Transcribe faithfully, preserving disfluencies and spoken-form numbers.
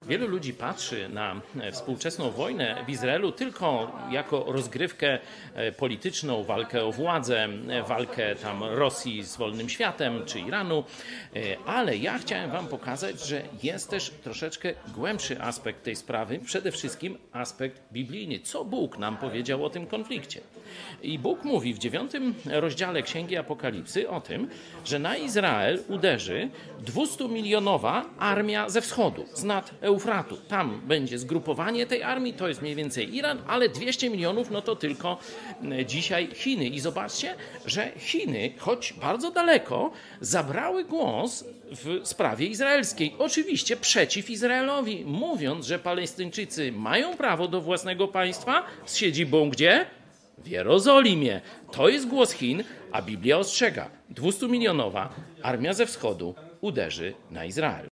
Wielu ludzi patrzy na współczesną wojnę w Izraelu tylko jako rozgrywkę polityczną, walkę o władzę, walkę tam Rosji z wolnym światem czy Iranu, ale ja chciałem wam pokazać, że jest też troszeczkę głębszy aspekt tej sprawy, przede wszystkim aspekt biblijny. Co Bóg nam powiedział o tym konflikcie? I Bóg mówi w dziewiątym rozdziale Księgi Apokalipsy o tym, że na Izrael uderzy dwustumilionowa armia ze wschodu, z nad Eufratu. Tam będzie zgrupowanie tej armii, to jest mniej więcej Iran, ale dwieście milionów no to tylko dzisiaj Chiny. I zobaczcie, że Chiny, choć bardzo daleko, zabrały głos w sprawie izraelskiej. Oczywiście przeciw Izraelowi, mówiąc, że Palestyńczycy mają prawo do własnego państwa z siedzibą gdzie? W Jerozolimie. To jest głos Chin, a Biblia ostrzega. dwustumilionowa armia ze wschodu uderzy na Izrael.